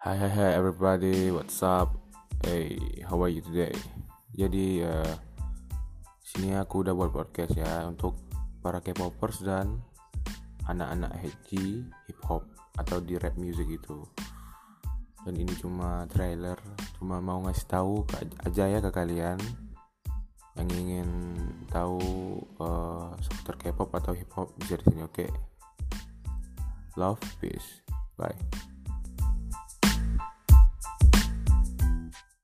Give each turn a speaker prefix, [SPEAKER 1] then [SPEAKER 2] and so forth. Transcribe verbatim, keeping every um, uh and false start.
[SPEAKER 1] Hai hai hai everybody, what's up? Hey, how are you today? Jadi uh, sini aku udah buat podcast ya untuk para K-popers dan anak-anak H G, hip hop atau di rap music itu. Dan ini cuma trailer, cuma mau ngasih tahu aja ya ke kalian yang ingin tahu uh, seputar K-pop atau hip hop bisa di sini, oke? Okay? Love, peace, bye.